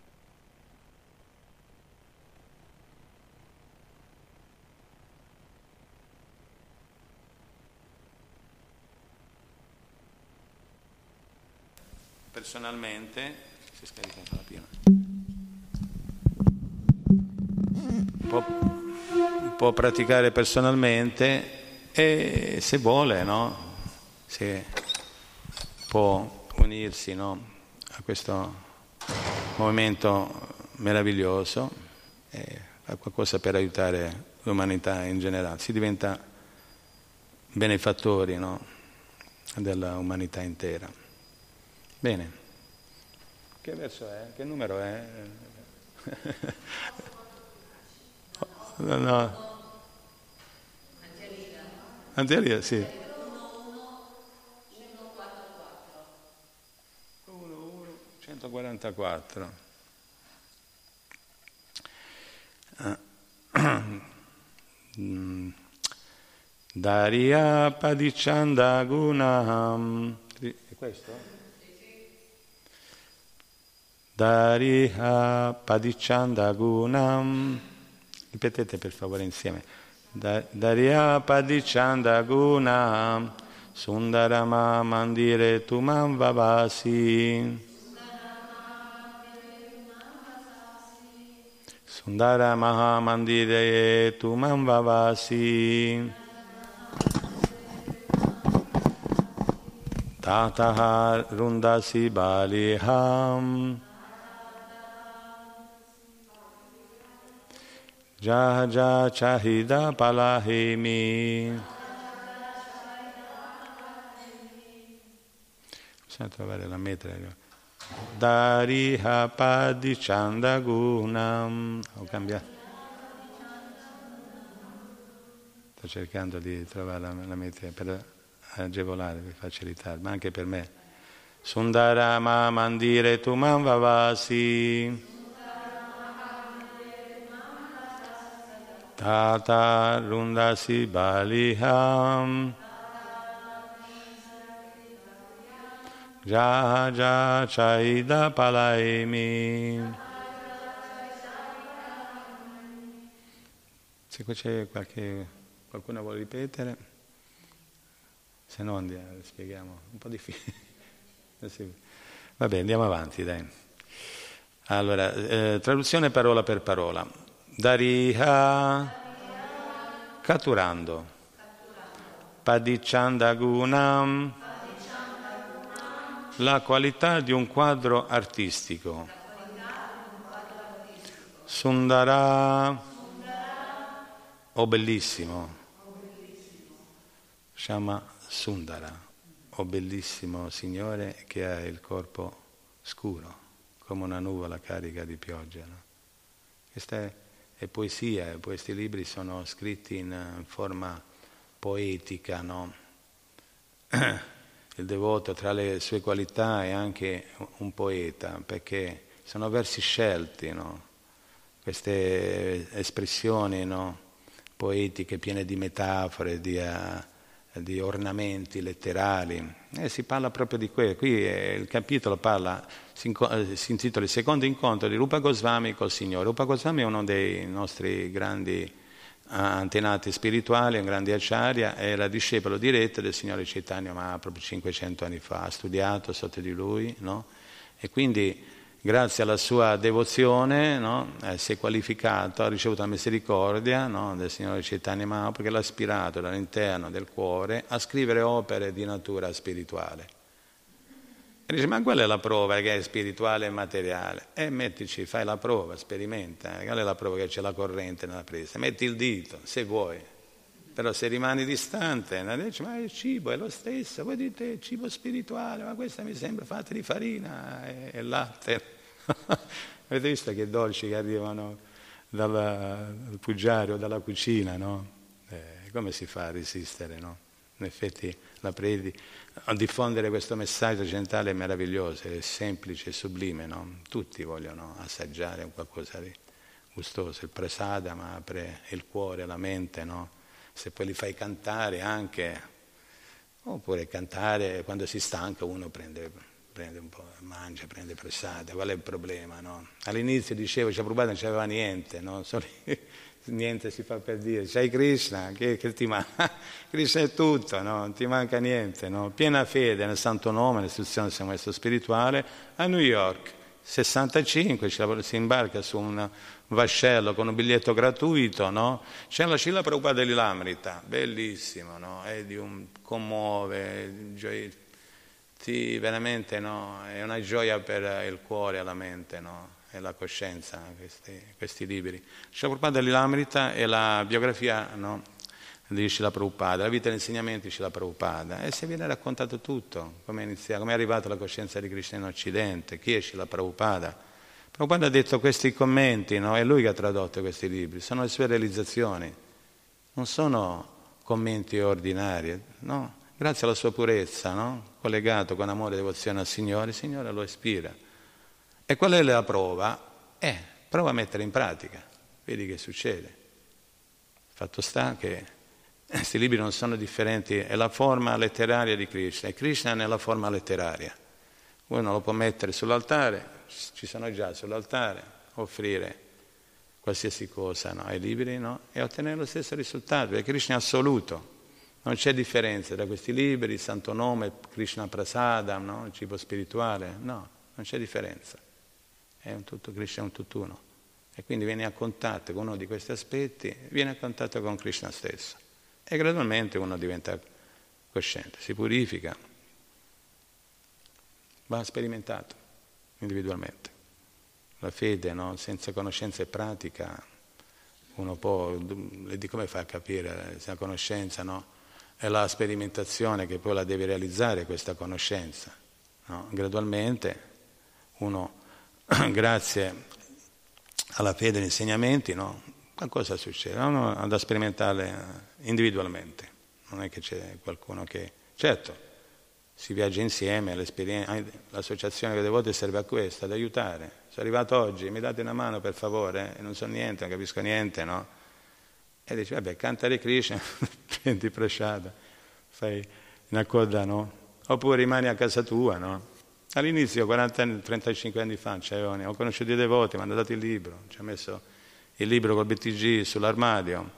S1: Personalmente, si è scaricata la piena. Può praticare personalmente e se vuole, no? Se può unirsi, no? A questo movimento meraviglioso e fa qualcosa per aiutare l'umanità in generale. Si diventa benefattori, no? Dell'umanità intera. Bene. Che verso è? Che numero è? No. Angelina, sì. 144. Daria Padicanda Gunam. È questo? Dariha Padicanda Gunam. Ripetete per favore insieme. Dariya Padicanda Gunam Sundarama Mandire Tumam Vavasi. Sundarama Mandire Tumam Vavasi. Tataha Rundasi Baliham. Jaja Chahida Palahimi. Possiamo trovare la metra. Dariha Padicanda Gunam. Ho cambiato. Sto cercando di trovare la metra per agevolare, per facilitare, ma anche per me. Sundarama Mandire Tumam Vavasi. Tata Rundasi Baliham. Jaja Chaida Palaimi. Se qua c'è qualcuno vuole ripetere, se no spieghiamo, un po' difficile. Vabbè, andiamo avanti, dai. Allora, traduzione parola per parola. Dariha catturando, Padicanda Gunam la qualità di un quadro artistico, Sundara o bellissimo, Shama Sundara, o bellissimo Signore che ha il corpo scuro come una nuvola carica di pioggia, no? Questa è poesia, questi libri sono scritti in forma poetica, no? Il devoto tra le sue qualità è anche un poeta, perché sono versi scelti, no? Queste espressioni, no? Poetiche piene di metafore, di ornamenti letterali, Si parla proprio di quello. Qui il capitolo si intitola Il secondo incontro di Rupa Goswami col Signore. Rupa Goswami è uno dei nostri grandi antenati spirituali, un grande acharya, era discepolo diretto del Signore Chaitanya Mahaprabhu 500 anni fa, ha studiato sotto di lui, no? E quindi grazie alla sua devozione, no? Si è qualificato, ha ricevuto la misericordia, no? Del Signore Chaitanya Mahaprabhu, che l'ha ispirato dall'interno del cuore a scrivere opere di natura spirituale. E dice, ma qual è la prova che è spirituale e materiale? Mettici, fai la prova, sperimenta. Qual è la prova che c'è la corrente nella presa? Metti il dito, se vuoi. Però se rimani distante, dici, ma il cibo è lo stesso, voi dite cibo spirituale, ma questa mi sembra fatta di farina e latte. Avete visto che dolci che arrivano dal pugiario, dalla cucina, no? Come si fa a resistere, no? In effetti a diffondere questo messaggio occidentale è meraviglioso, è semplice, è sublime, no? Tutti vogliono assaggiare qualcosa di gustoso, il prasadam apre il cuore, la mente, no? Se poi li fai cantare anche, oppure cantare quando si stanca uno prende un po', mangia, prende prasada, qual è il problema, no? All'inizio dicevo, Prabhupada non c'aveva niente, no? Niente si fa per dire, c'hai Krishna, che ti manca? Krishna è tutto, no? Non ti manca niente, no? Piena fede nel santo nome, nell'istruzione del maestro spirituale, a New York, 65, si imbarca su un vascello con un biglietto gratuito, no? C'è la Srila Prabhupada dell'Amrita, bellissimo, no? Commuove, veramente, no? È una gioia per il cuore e la mente, no? E la coscienza, questi libri. Srila Prabhupada dell'Amrita è la biografia, no? Di Srila Prabhupada, la vita e gli insegnamenti di Srila Prabhupada, e si viene raccontato tutto, come è arrivata la coscienza di Krishna in Occidente, chi è Srila Prabhupada. Prabhupada ha detto questi commenti, no? È lui che ha tradotto questi libri, sono le sue realizzazioni, non sono commenti ordinari, no? Grazie alla sua purezza, no? Collegato con amore e devozione al Signore, il Signore lo ispira. E qual è la prova? Prova a mettere in pratica, vedi che succede. Fatto sta che questi libri non sono differenti, è la forma letteraria di Krishna, e Krishna nella forma letteraria. Uno lo può mettere sull'altare, ci sono già sull'altare, offrire qualsiasi cosa, no? Ai libri, no? E ottenere lo stesso risultato, perché Krishna è assoluto. Non c'è differenza tra questi libri, il santo nome, Krishna Prasadam, no? Il cibo spirituale, no, non c'è differenza. Krishna è un tutt'uno. E quindi vieni a contatto con uno di questi aspetti, vieni a contatto con Krishna stesso. E gradualmente uno diventa cosciente, si purifica, va sperimentato individualmente. La fede, no? Senza conoscenza e pratica, uno può, come fa a capire se la conoscenza, no? È la sperimentazione che poi la deve realizzare questa conoscenza, no? Gradualmente uno, grazie alla fede e agli insegnamenti, no? Cosa succede? Uno ha da sperimentarle individualmente, non è che c'è qualcuno che... Certo, si viaggia insieme, l'associazione dei devoti serve a questo, ad aiutare. Sono arrivato oggi, mi date una mano per favore? Non so niente, non capisco niente, no? E dici, vabbè, canta Hare Krishna, prendi prasada, fai una coda, no? Oppure rimani a casa tua, no? All'inizio, 35 anni fa, ho conosciuto i devoti, mi hanno dato il libro, ci ho messo il libro col BTG sull'armadio.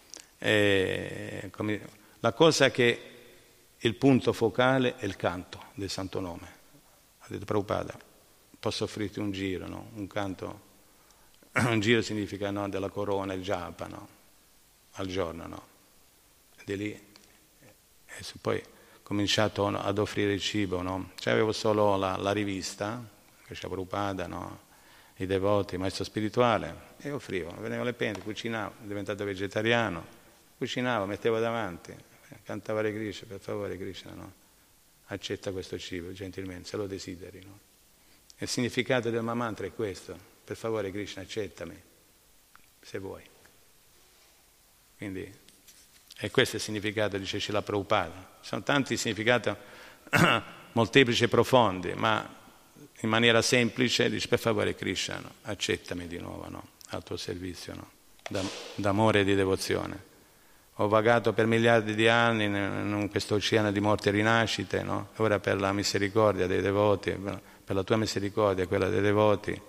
S1: La cosa che il punto focale è il canto del santo nome. Ha detto Prabhupada, posso offrirti un giro, no? Un canto, un giro significa, no, della corona, il japa, no? Al giorno, no? E di lì, poi ho cominciato ad offrire il cibo, no? Cioè avevo solo la rivista, che c'è Prabhupada, no? I devoti, il maestro spirituale, e offrivo, venevo le pente, cucinavo, sono diventato vegetariano, cucinavo, mettevo davanti, cantava Hare Krishna, per favore Krishna, no? Accetta questo cibo gentilmente, se lo desideri, no? Il significato del mantra è questo, per favore Krishna, accettami, se vuoi. Quindi, e questo è il significato, dice Srila Prabhupada. Sono tanti significati molteplici e profondi, ma in maniera semplice dice, per favore Krishna, no? Accettami di nuovo, no? Al tuo servizio, no? D'amore e di devozione. ho vagato per miliardi di anni in questo oceano di morte e rinascite, no? Ora per la misericordia dei devoti, per la tua misericordia, quella dei devoti.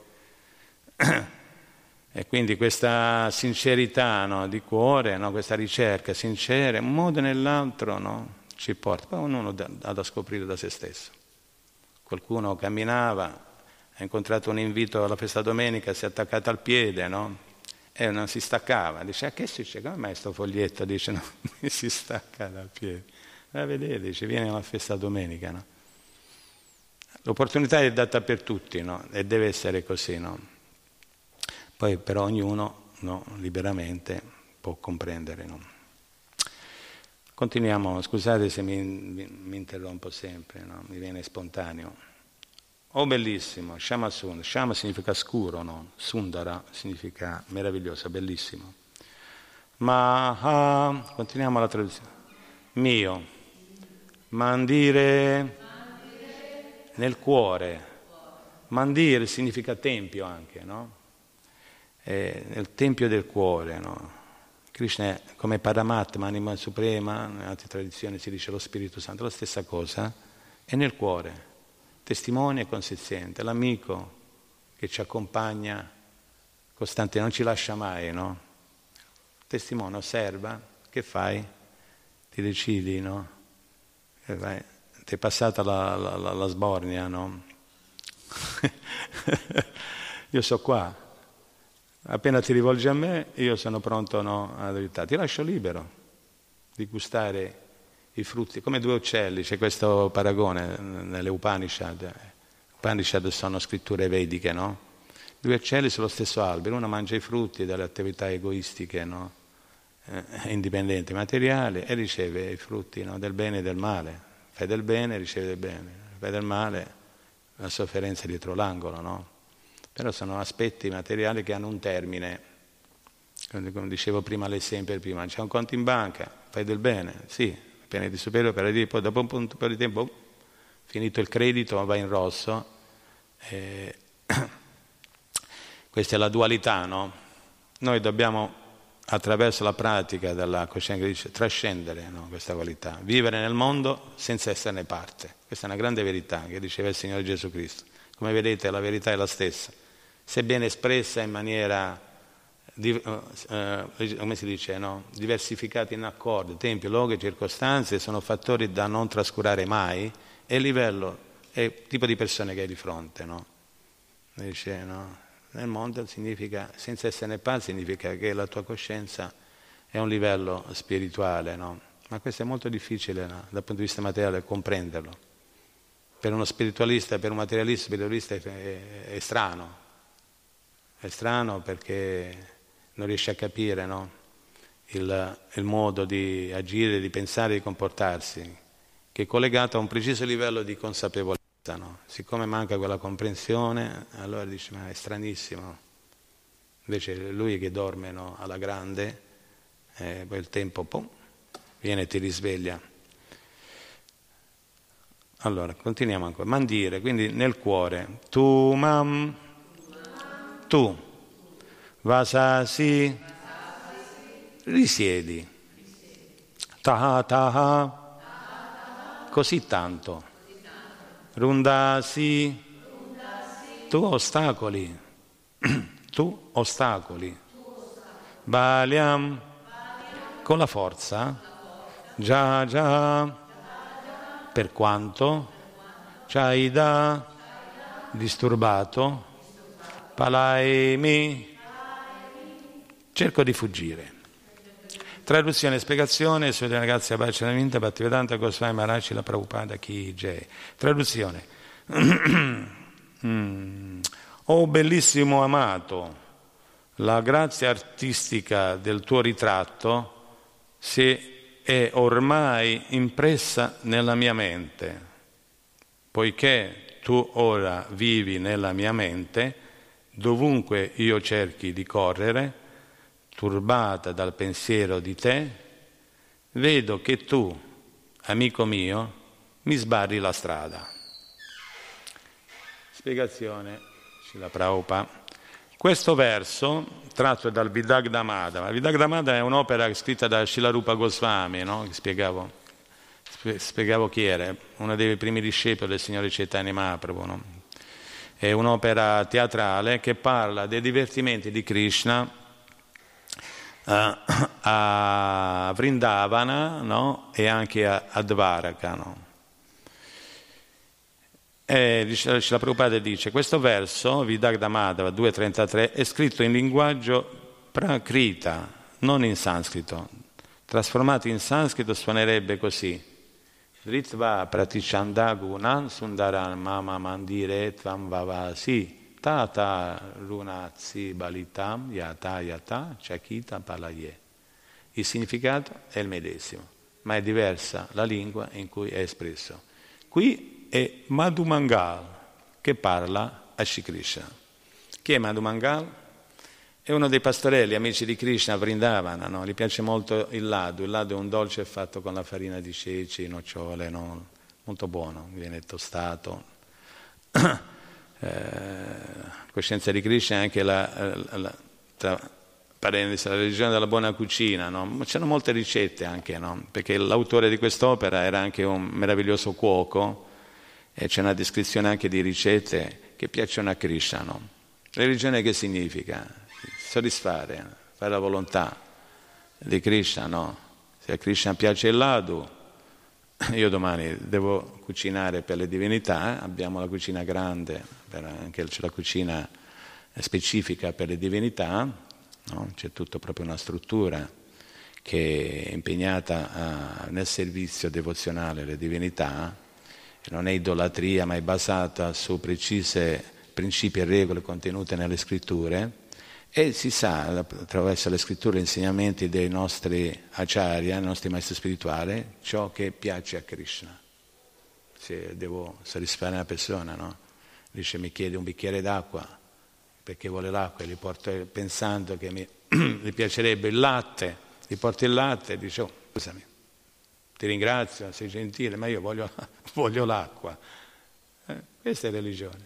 S1: E quindi questa sincerità, no, di cuore, no, questa ricerca sincera, un modo o nell'altro, no, ci porta poi ognuno da scoprire da se stesso. Qualcuno camminava, ha incontrato un invito alla festa domenica, si è attaccato al piede, no? E non si staccava. Dice, che succede? Come mai sto foglietto? Dice, no, mi si stacca dal piede. Vai a vedere, dice, vieni alla festa domenica, no? L'opportunità è data per tutti, no? E deve essere così, no? Poi però ognuno, no, liberamente può comprendere, no? Continuiamo, scusate se mi interrompo sempre, no? Mi viene spontaneo. Oh bellissimo, Shama Sundara. Shama significa scuro, no? Sundara significa meraviglioso, bellissimo. Ma continuiamo la traduzione. Mio, mandire nel cuore. Mandire significa tempio anche, no? Nel tempio del cuore, no? Krishna è come Paramatma, anima suprema, in altre tradizioni si dice lo Spirito Santo, la stessa cosa, è nel cuore, testimone e consistenziente, l'amico che ci accompagna costante, non ci lascia mai, no? Testimone, osserva, che fai? Ti decidi, no? Ti è passata la sbornia, no? Io so qua. Appena ti rivolgi a me, io sono pronto, no, ad aiutarti. Ti lascio libero di gustare i frutti, come due uccelli. C'è questo paragone nelle Upanishad. Upanishad sono scritture vediche, no? Due uccelli sullo stesso albero, uno mangia i frutti delle attività egoistiche, no? Indipendenti, materiali, e riceve i frutti, no? Del bene e del male. Fai del bene, ricevi del bene. Fai del male, la sofferenza dietro l'angolo, no? Però sono aspetti materiali che hanno un termine. Come dicevo prima, l'esempio prima, c'è un conto in banca, fai del bene, sì, appena ti superi per dire, poi dopo un po' di tempo, finito il credito, va in rosso. Questa è la dualità, no? Noi dobbiamo, attraverso la pratica della coscienza, trascendere, no, questa qualità, vivere nel mondo senza esserne parte. Questa è una grande verità che diceva il Signore Gesù Cristo. Come vedete, la verità è la stessa. Sebbene espressa in maniera, come si dice, no? Diversificata in accordo, tempi, luoghi e circostanze sono fattori da non trascurare mai, e il livello e il tipo di persone che hai di fronte, no? Dice, no? Nel mondo significa, senza esserne parte, significa che la tua coscienza è un livello spirituale, no? Ma questo è molto difficile, no? Dal punto di vista materiale comprenderlo. Per uno spiritualista, per un materialista spiritualista è strano. È strano perché non riesce a capire, no? il modo di agire, di pensare, di comportarsi, che è collegato a un preciso livello di consapevolezza, no? Siccome manca quella comprensione, allora dice, ma è stranissimo. Invece lui che dorme, no, alla grande, poi il tempo viene e ti risveglia. Allora, continuiamo ancora. Mandire, quindi nel cuore. Tu mam, tu, vasasi, risiedi. Taha taha, così tanto. Rundasi, tu ostacoli. Tu ostacoli. Baliam, con la forza. Già già. Per quanto Chaida disturbato Palaimi cerco di fuggire. Traduzione e spiegazione sulle ragazze Bhaktivedanta Bhaktivedanta Goswami Maharaj la Prabhupada Ki Jai. Traduzione. Oh bellissimo amato, la grazia artistica del tuo ritratto è ormai impressa nella mia mente, poiché tu ora vivi nella mia mente, dovunque io cerchi di correre, turbata dal pensiero di te, vedo che tu, amico mio, mi sbarri la strada. Spiegazione, Srila Prabhupada. Questo verso tratto dal Vidagdhamada. Il Vidagdhamada è un'opera scritta da Shilarupa Goswami, no? Spiegavo chi era, uno dei primi discepoli del Signore Chaitanya Mahaprabhu. No? È un'opera teatrale che parla dei divertimenti di Krishna a Vrindavana, no? E anche a Dvaraka. No? E la Prabhupada dice, questo verso, Vidagdhamada 2.33, è scritto in linguaggio prakrita, non in sanscrito. Trasformato in sanscrito suonerebbe così. Ritva pratichanda gunan sundaran mama mandire tvam vavasi tata runazzi balitam yata yata chakita palaye. Il significato è il medesimo, ma è diversa la lingua in cui è espresso. Qui è Madhumangal che parla a Shri Krishna. Chi è Madhumangal? È uno dei pastorelli, amici di Krishna, a Vrindavana, no? Gli piace molto il laddu. Il laddu è un dolce fatto con la farina di ceci, nocciole, no? Molto buono, viene tostato. Coscienza di Krishna è anche la religione della buona cucina, no? Ma c'erano molte ricette anche, no? Perché l'autore di quest'opera era anche un meraviglioso cuoco e c'è una descrizione anche di ricette che piacciono a Krishna, no? Religione che significa? Soddisfare, fare la volontà di Krishna, no? Se a Krishna piace il laddu, io domani devo cucinare per le divinità, abbiamo la cucina grande, anche c'è la cucina specifica per le divinità, no? C'è tutto proprio una struttura che è impegnata nel servizio devozionale alle divinità, e non è idolatria ma è basata su precise principi e regole contenute nelle scritture. E si sa attraverso le scritture e gli insegnamenti dei nostri acharya, dei nostri maestri spirituali, ciò che piace a Krishna. Se devo soddisfare una persona, no? Dice mi chiede un bicchiere d'acqua perché vuole l'acqua e gli porto pensando che gli piacerebbe il latte, gli porto il latte e dice oh, scusami, ti ringrazio, sei gentile, ma io voglio l'acqua. Questa è religione.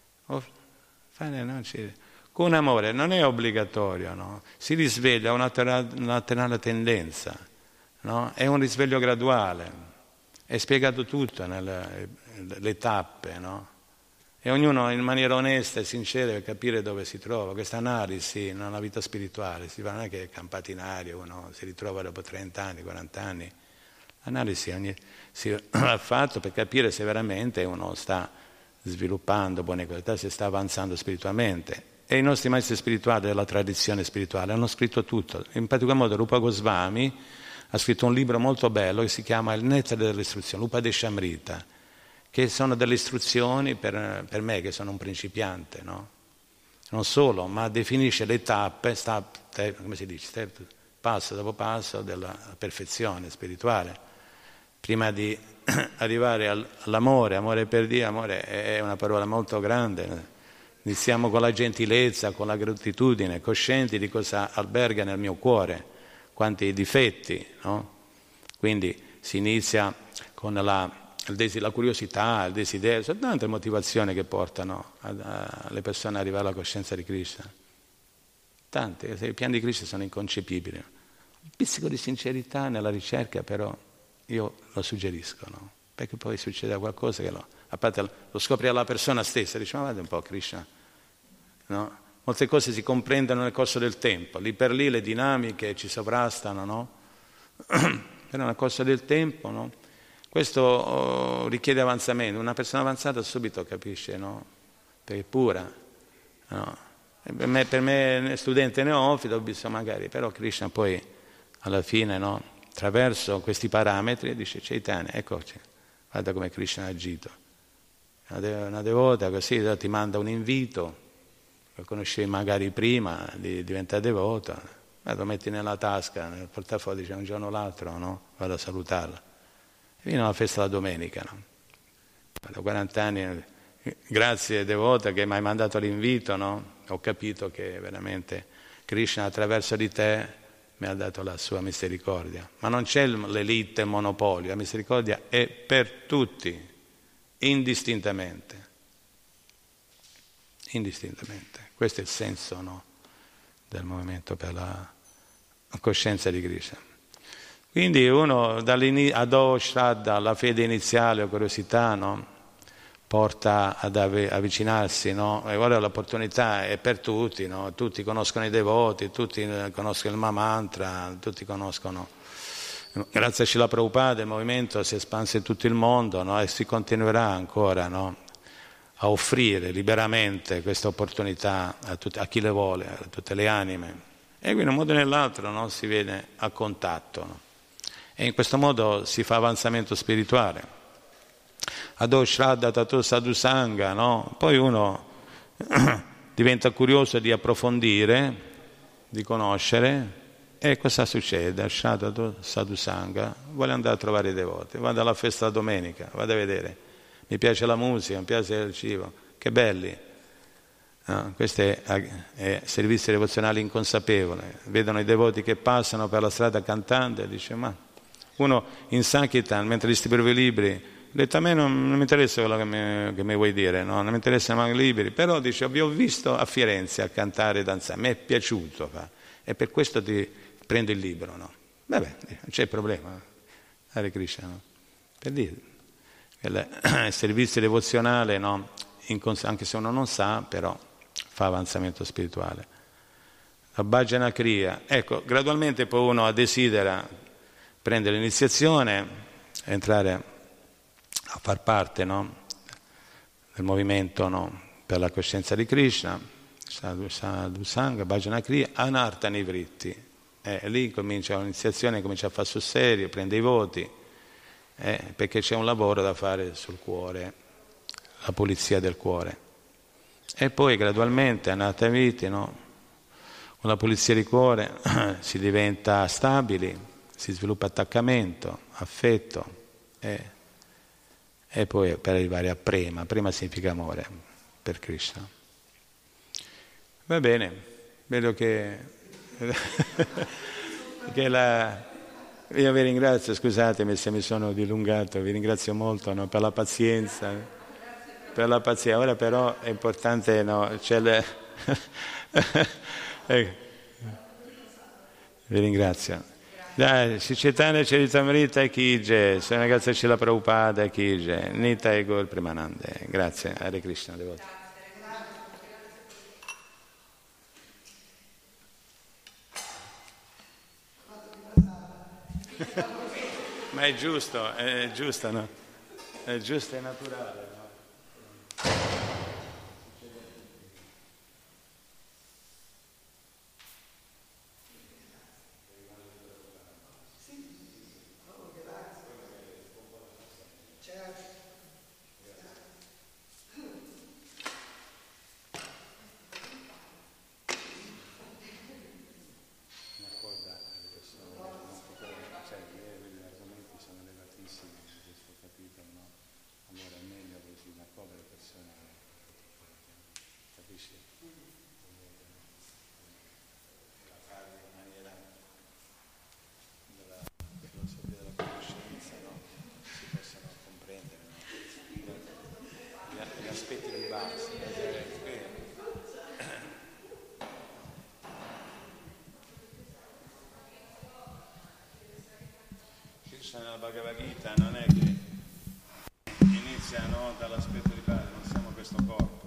S1: Con amore non è obbligatorio, no? Si risveglia una laterale tendenza, no? È un risveglio graduale, è spiegato tutto nelle tappe, no? E ognuno in maniera onesta e sincera deve capire dove si trova. Questa analisi nella vita spirituale, non è che è campato in aria, uno si ritrova dopo 30 anni, 40 anni. L'analisi si ha fatto per capire se veramente uno sta sviluppando buone qualità, se sta avanzando spiritualmente. E i nostri maestri spirituali della tradizione spirituale hanno scritto tutto. In particolar modo Rupa Goswami ha scritto un libro molto bello che si chiama Il nettare delle istruzioni, Upadeshamrita, che sono delle istruzioni per me che sono un principiante, no? Non solo, ma definisce le tappe, come si dice, passo dopo passo della perfezione spirituale. Prima di arrivare all'amore, amore per Dio, amore è una parola molto grande. Iniziamo con la gentilezza, con la gratitudine, coscienti di cosa alberga nel mio cuore, quanti difetti, no? Quindi si inizia con la curiosità, il desiderio, sono tante motivazioni che portano le persone ad arrivare alla coscienza di Krishna. Tante, i piani di Krishna sono inconcepibili. Un pizzico di sincerità nella ricerca, però io lo suggerisco, no? Perché poi succede qualcosa che a parte lo scopri alla persona stessa, dice ma guarda un po' Krishna, no? Molte cose si comprendono nel corso del tempo, lì per lì le dinamiche ci sovrastano, no? Però nel corso del tempo, no? Questo richiede avanzamento, una persona avanzata subito capisce, no? Perché è pura, no? Per me studente neofito ho visto magari, però Krishna poi alla fine, no? Attraverso questi parametri dice Chaitanya, eccoci, guarda come Krishna ha agito. Una devota così ti manda un invito, lo conoscevi magari prima di diventare devota, lo metti nella tasca, nel portafoglio, dice un giorno o l'altro, no? Vado a salutarla. E viene alla festa la domenica, no? Da 40 anni, grazie devota che mi hai mandato l'invito, no? Ho capito che veramente Krishna attraverso di te mi ha dato la sua misericordia. Ma non c'è l'elite, il monopolio, la misericordia è per tutti, indistintamente. indistintamente. Questo è il senso, no, del movimento per la coscienza di Krishna. Quindi uno Ado Shraddha, la fede iniziale o curiosità, no, porta ad avvicinarsi, no? E guarda, l'opportunità è per tutti, no? Tutti conoscono i devoti, tutti conoscono il Mahamantra, tutti conoscono. Grazie a Srila Prabhupada il movimento si è espanso in tutto il mondo, no? E si continuerà ancora, no, a offrire liberamente questa opportunità a chi le vuole, a tutte le anime. E quindi in un modo o nell'altro, no, si viene a contatto, no? E in questo modo si fa avanzamento spirituale. Ado Shraddha Tato Sadhu Sangha, no? Poi uno diventa curioso di approfondire, di conoscere, e cosa succede? Shraddha Tato Sadhu Sangha vuole andare a trovare i devoti, vado alla festa la domenica, vado a vedere, mi piace la musica, mi piace il cibo, che belli. No, questo è servizio devozionale inconsapevole. Vedono i devoti che passano per la strada cantando e dice: ma uno in Sankirtan, mentre distribuiva i libri, ha detto: a me non mi interessa quello che mi vuoi dire, no? Non mi interessano i libri, però dice: vi ho visto a Firenze a cantare e danzare, mi è piaciuto, e per questo ti prendo il libro, no? Vabbè, non c'è problema, Hare Krishna, no? Per dire, il servizio devozionale, no? Anche se uno non sa, però fa avanzamento spirituale. La bhajana kriya, ecco, gradualmente poi uno desidera prendere l'iniziazione, entrare a far parte, no, del movimento, no, per la coscienza di Krishna, Sadhu Sangha, Bhajana Kriya, Anartha Nivritti. Lì comincia l'iniziazione, comincia a fare sul serio, prende i voti, perché c'è un lavoro da fare sul cuore, la pulizia del cuore. E poi gradualmente, Anartha Nivritti, no, con la pulizia di cuore si diventa stabili, si sviluppa attaccamento, affetto, e poi per arrivare a prema. Prema significa amore per Krishna. Va bene, vedo che io vi ringrazio, scusatemi se mi sono dilungato, vi ringrazio molto, no, per la pazienza. Ora però è importante, no, vi ringrazio. Dai, Chaitanya Charitamrita Ki Jai, Sri Ragazza Srila Prabhupada Ki Jai, Nitai Gaur Premanande. Grazie, Hare Krishna, devoti. Ma è giusto, no? È giusto e naturale. Nella Bhagavad Gita non è che inizia, no, dall'aspetto di base, non siamo questo corpo.